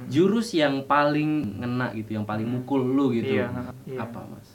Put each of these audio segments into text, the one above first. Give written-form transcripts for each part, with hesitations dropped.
Jurus yang paling ngena gitu, yang paling mukul lu gitu. Iya. Apa, Mas?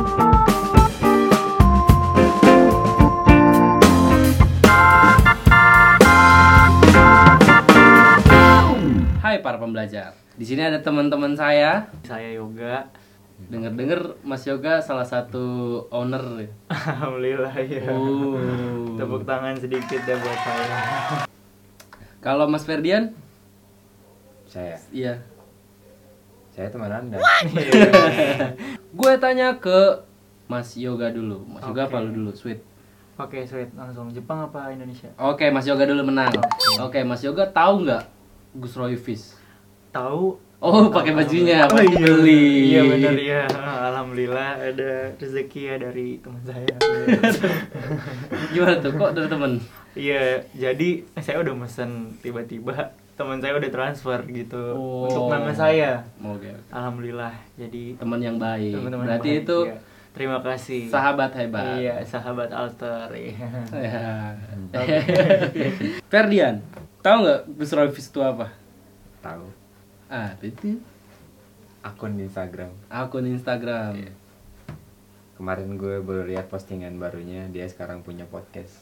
Hai para pembelajar. Di sini ada teman-teman saya. Saya Yoga. Dengar-dengar Mas Yoga salah satu owner ya. Alhamdulillah ya. Tepuk tangan sedikit deh buat saya. Kalau Mas Ferdian? Saya Iya. teman Anda. Gue tanya ke Mas Yoga dulu. Mas Yoga Oke. apa lu dulu? Sweet. Oke, sweet. Langsung Jepang apa Indonesia? Oke, Mas Yoga dulu menang. Oke, Mas Yoga tahu nggak Gus Roy Fish? Tahu? Oh, pakai bajunya, Oh, pasti iya. beli. Iya benar ya. Alhamdulillah ada rezeki ya dari teman saya. Gimana tuh? Kok dari temen? Iya, jadi saya udah mesen, tiba-tiba teman saya udah transfer gitu untuk nama saya. Oke. Alhamdulillah. Jadi Teman yang baik. teman-teman Berarti baik, itu iya. Terima kasih. sahabat hebat. Iya, sahabat alter. Iya. Ya. Ferdian, tahu nggak Gus Roy Fish itu apa? Tahu. Ah, itu Akun di Instagram. akun Instagram. Iya. Kemarin gue baru lihat postingan barunya, dia sekarang punya podcast.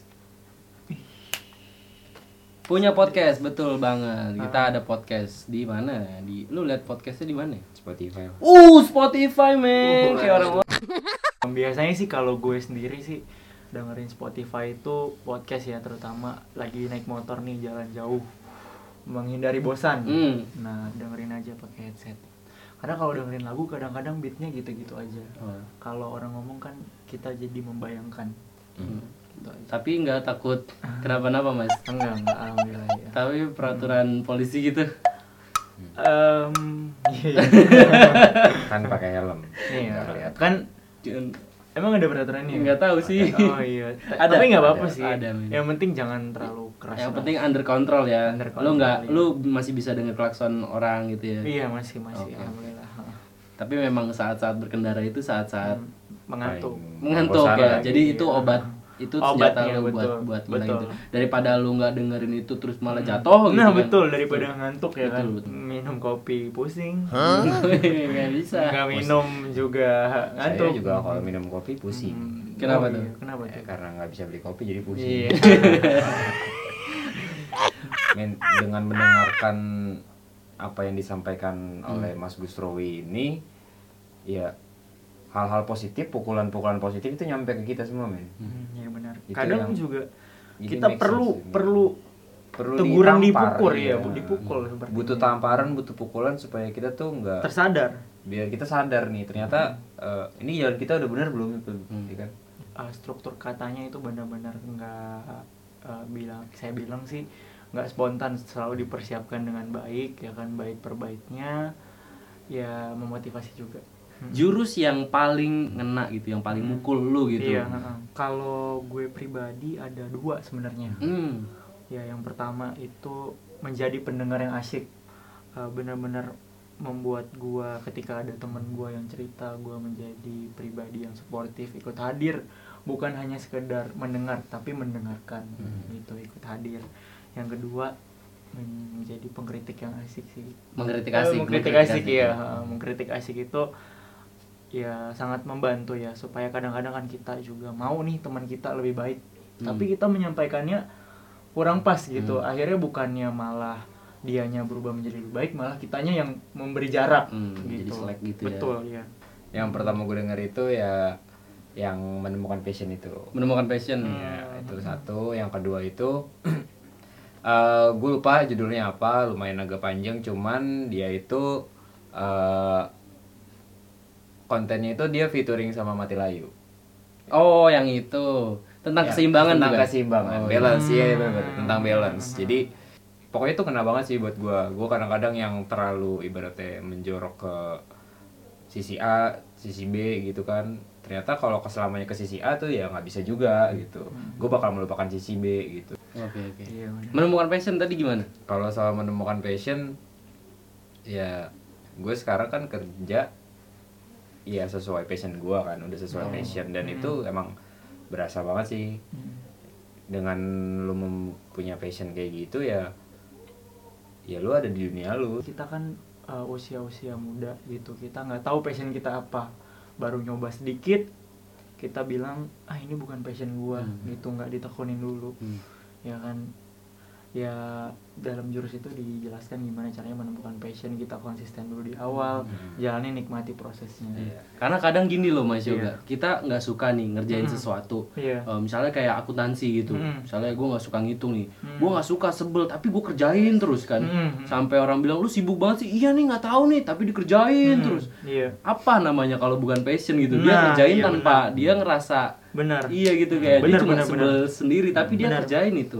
Punya podcast, betul banget. Kita ada podcast di mana? Lu lihat podcastnya di mana? Spotify. Spotify, men. Kayak orang. Biasanya sih kalau gue sendiri sih dengerin Spotify itu podcast ya, terutama lagi naik motor nih jalan jauh menghindari bosan. Nah, dengerin aja pakai headset. Karena kalau dengerin lagu kadang-kadang beatnya gitu-gitu aja. Kalau orang ngomong kan kita jadi membayangkan. Gitu aja. Tapi nggak takut kenapa-napa, Mas? Enggak, alhamdulillah ya. Tapi peraturan polisi gitu. Iya. Kan pakai helm. Iya, Nggak kelihatan. kan emang ada peraturannya? Nggak tahu sih. Oh iya. Ada. Tapi nggak apa-apa Ada. sih. Ada, men. Yang penting jangan terlalu keras. Yang penting under control ya. Under Lu nggak, control, iya. lu masih bisa denger klakson orang gitu ya. Iya, masih Oke. alhamdulillah. Tapi memang saat-saat berkendara itu saat-saat Mengantuk. mengantuk ya. Bosan. Jadi itu Iya. obat, itu senjata Obatnya, lu betul. buat Betul. hilang itu. Daripada lu nggak dengerin itu terus malah jatuh gitu Nah, kan. betul, daripada ngantuk ya kan. Betul. Minum kopi pusing. Nggak bisa. Nggak minum juga ngantuk. Saya juga kalau minum kopi pusing. Kenapa Oh, tuh? iya. Kenapa tuh? Karena nggak bisa beli kopi jadi pusing. Iya. Dengan mendengarkan apa yang disampaikan oleh Mas Gus Roy ini, ya hal-hal positif, pukulan-pukulan positif itu nyampe ke kita semua, men. Iya benar. Itu Kadang yang- juga Jadi kita make perlu sense. perlu Perlu teguran ditampar, dipukul iya. ya, dipukul seperti Butuh ini. tamparan, butuh pukulan supaya kita tuh nggak, tersadar. biar kita sadar nih ternyata ini jalan kita udah benar belum itu, ya kan? Struktur katanya itu benar-benar nggak saya bilang sih nggak spontan, selalu dipersiapkan dengan baik ya kan, baik per baiknya ya, memotivasi juga. Jurus yang paling ngena gitu, yang paling mukul lu gitu. Iya, kalau gue pribadi ada dua sebenarnya. Ya, yang pertama itu menjadi pendengar yang asyik. Benar-benar membuat gue ketika ada teman gue yang cerita, gue menjadi pribadi yang suportif, ikut hadir, bukan hanya sekedar mendengar tapi mendengarkan. Gitu, ikut hadir. Yang kedua menjadi pengkritik yang asik sih. Mengkritik asik. Mengkritik asik ya. Mengkritik asik itu ya sangat membantu ya, supaya kadang-kadang kan kita juga mau nih teman kita lebih baik, tapi kita menyampaikannya kurang pas gitu. Akhirnya bukannya malah dianya berubah menjadi lebih baik, malah kitanya yang memberi jarak Jadi gitu. selek gitu ya. Betul ya. Yang pertama gue denger itu ya yang menemukan passion itu. Menemukan passion. Ya, itu satu. Yang kedua itu gue lupa judulnya apa, lumayan agak panjang, cuman dia itu kontennya itu dia featuring sama Mati Layu. Oh, yang itu tentang Ya, keseimbangan tentang bukan? keseimbangan, Oh, balance ya, bener, tentang balance. Jadi pokoknya itu kena banget sih buat gue kadang-kadang yang terlalu ibaratnya menjorok ke sisi A, sisi B gitu kan. Ternyata kalau keselamanya ke sisi A tuh ya nggak bisa juga gitu. Gue bakal melupakan sisi B gitu. Oke. Iya, benar. Menemukan passion tadi gimana? Kalau soal menemukan passion, ya gue sekarang kan kerja ya sesuai passion gue kan, udah sesuai passion, dan itu emang berasa banget sih. Dengan lu punya passion kayak gitu ya lu ada di dunia lu. Kita kan usia-usia muda gitu, kita nggak tahu passion kita apa, baru nyoba sedikit kita bilang ini bukan passion gua gitu, nggak ditekunin dulu. Ya kan, ya dalam jurus itu dijelaskan gimana caranya menemukan passion. Kita konsisten dulu di awal, jalanin, nikmati prosesnya. Karena kadang gini loh Mas Yoga, kita nggak suka nih ngerjain sesuatu. Misalnya kayak akuntansi gitu, misalnya gue nggak suka ngitung nih, gue nggak suka, sebel, tapi gue kerjain terus kan, sampai orang bilang lu sibuk banget sih. Iya nih, nggak tahu nih, tapi dikerjain terus. Apa namanya kalau bukan passion gitu? Dia kerjain tanpa dia ngerasa iya gitu, kayak dia cuma sebel sendiri, tapi dia kerjain itu.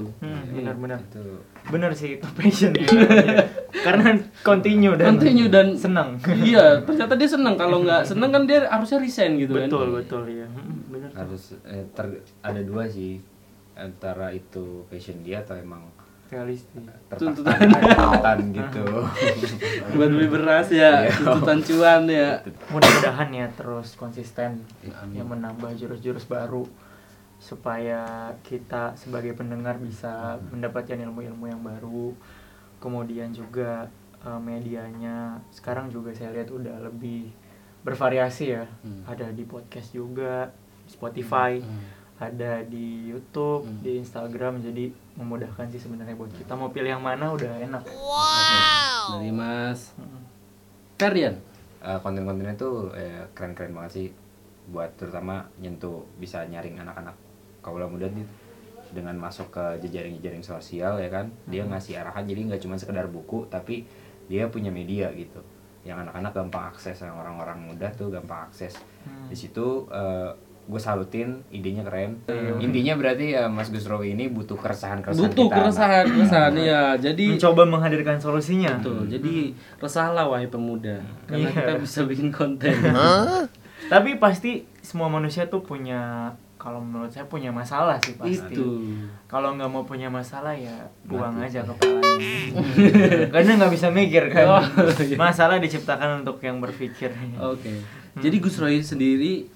Benar sih, itu passion ya. Karena continue dan senang. Iya, ternyata dia senang. Kalau nggak senang kan dia harusnya resign gitu kan. Betul ya. Benar. Harus ada dua sih, antara itu passion dia atau emang realistis, tuntutan gitu. Buat beli beras ya, tuntutan cuan ya. Mudah-mudahan ya terus konsisten yang menambah jurus-jurus baru, supaya kita sebagai pendengar bisa mendapatkan ilmu-ilmu yang baru. Kemudian juga medianya sekarang juga saya lihat udah lebih bervariasi ya. Ada di podcast juga, Spotify, ada di YouTube, di Instagram. Jadi memudahkan sih sebenarnya buat kita mau pilih yang mana udah enak. Dari Mas Ferdian, konten-kontennya tuh keren-keren banget sih, buat terutama nyentuh, bisa nyaring anak-anak kaula muda nih dengan masuk ke jejaring-jejaring sosial ya kan. Dia ngasih arahan, jadi nggak cuma sekedar buku, tapi dia punya media gitu yang anak-anak gampang akses, yang orang-orang muda tuh gampang akses. Di situ gue salutin, idenya keren. Intinya berarti Mas Gusrowi ini butuh keresahan-keresahan kita. Keresahan ya. Jadi mencoba menghadirkan solusinya. Betul. Jadi resahlah wahai pemuda, karena kita bisa bikin konten. Tapi pasti semua manusia tuh punya, kalau menurut saya punya masalah sih pasti. Kalau nggak mau punya masalah ya buang aja kepalanya. Karena nggak bisa mikir kan. Masalah diciptakan untuk yang berpikir. Oke. Jadi Gusrowi sendiri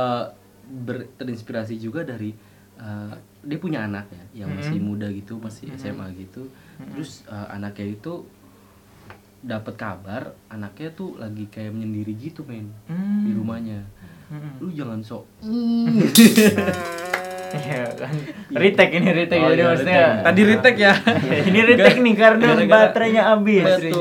terinspirasi juga dari dia punya anak ya yang masih muda gitu, masih SMA gitu. Terus anaknya itu dapat kabar anaknya tuh lagi kayak menyendiri gitu di rumahnya. Lu jangan sok Iya kan. Retake jadi maksudnya. Tadi retake ya. Ini retake nih karena baterainya habis.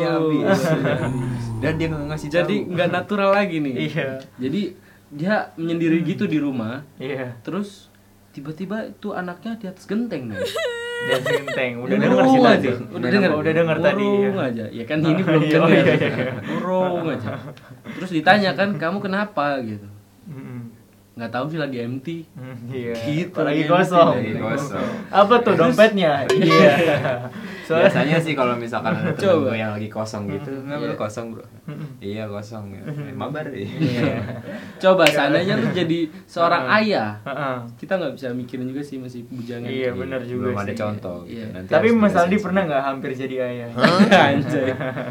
Dan dia nggak ngasih. Jadi nggak natural lagi nih. Iya. Jadi dia menyendiri gitu di rumah. Iya. Terus tiba-tiba itu anaknya di atas genteng nih. Di atas genteng. Udah denger sih tadi. Udah denger tadi. Urung aja. Ya kan ini belum denger. Urung aja. Terus ditanya kan, kamu kenapa gitu. Nggak tahu sih, lagi empty. Iya. Gitu, lagi kosong. Apa tuh dompetnya? Iya. Biasanya sih kalau misalkan temen gue yang lagi kosong gitu, nggak kosong bro. Iya kosong ya. Mabar ya. Coba seandainya lu jadi seorang ayah, kita nggak bisa mikirin juga sih, masih bujangan. Iya benar juga. Belum ada sih. contoh. Iya. Nanti tapi Mas Aldi pernah nggak hampir jadi ayah? Anjay.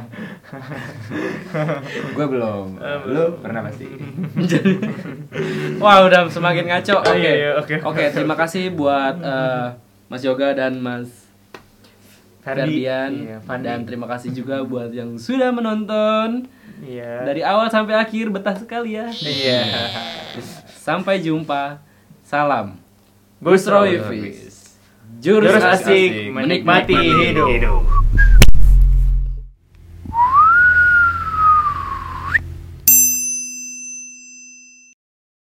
Gue belum. Lu pernah pasti. Wah, udah semakin ngaco. Oke. Terima kasih buat Mas Yoga dan Mas Ferdian. Dan terima kasih juga buat yang sudah menonton. Iya. Dari awal sampai akhir, betah sekali ya. Iya. Sampai jumpa. Salam Gusrowi, jurus asik menikmati hidup.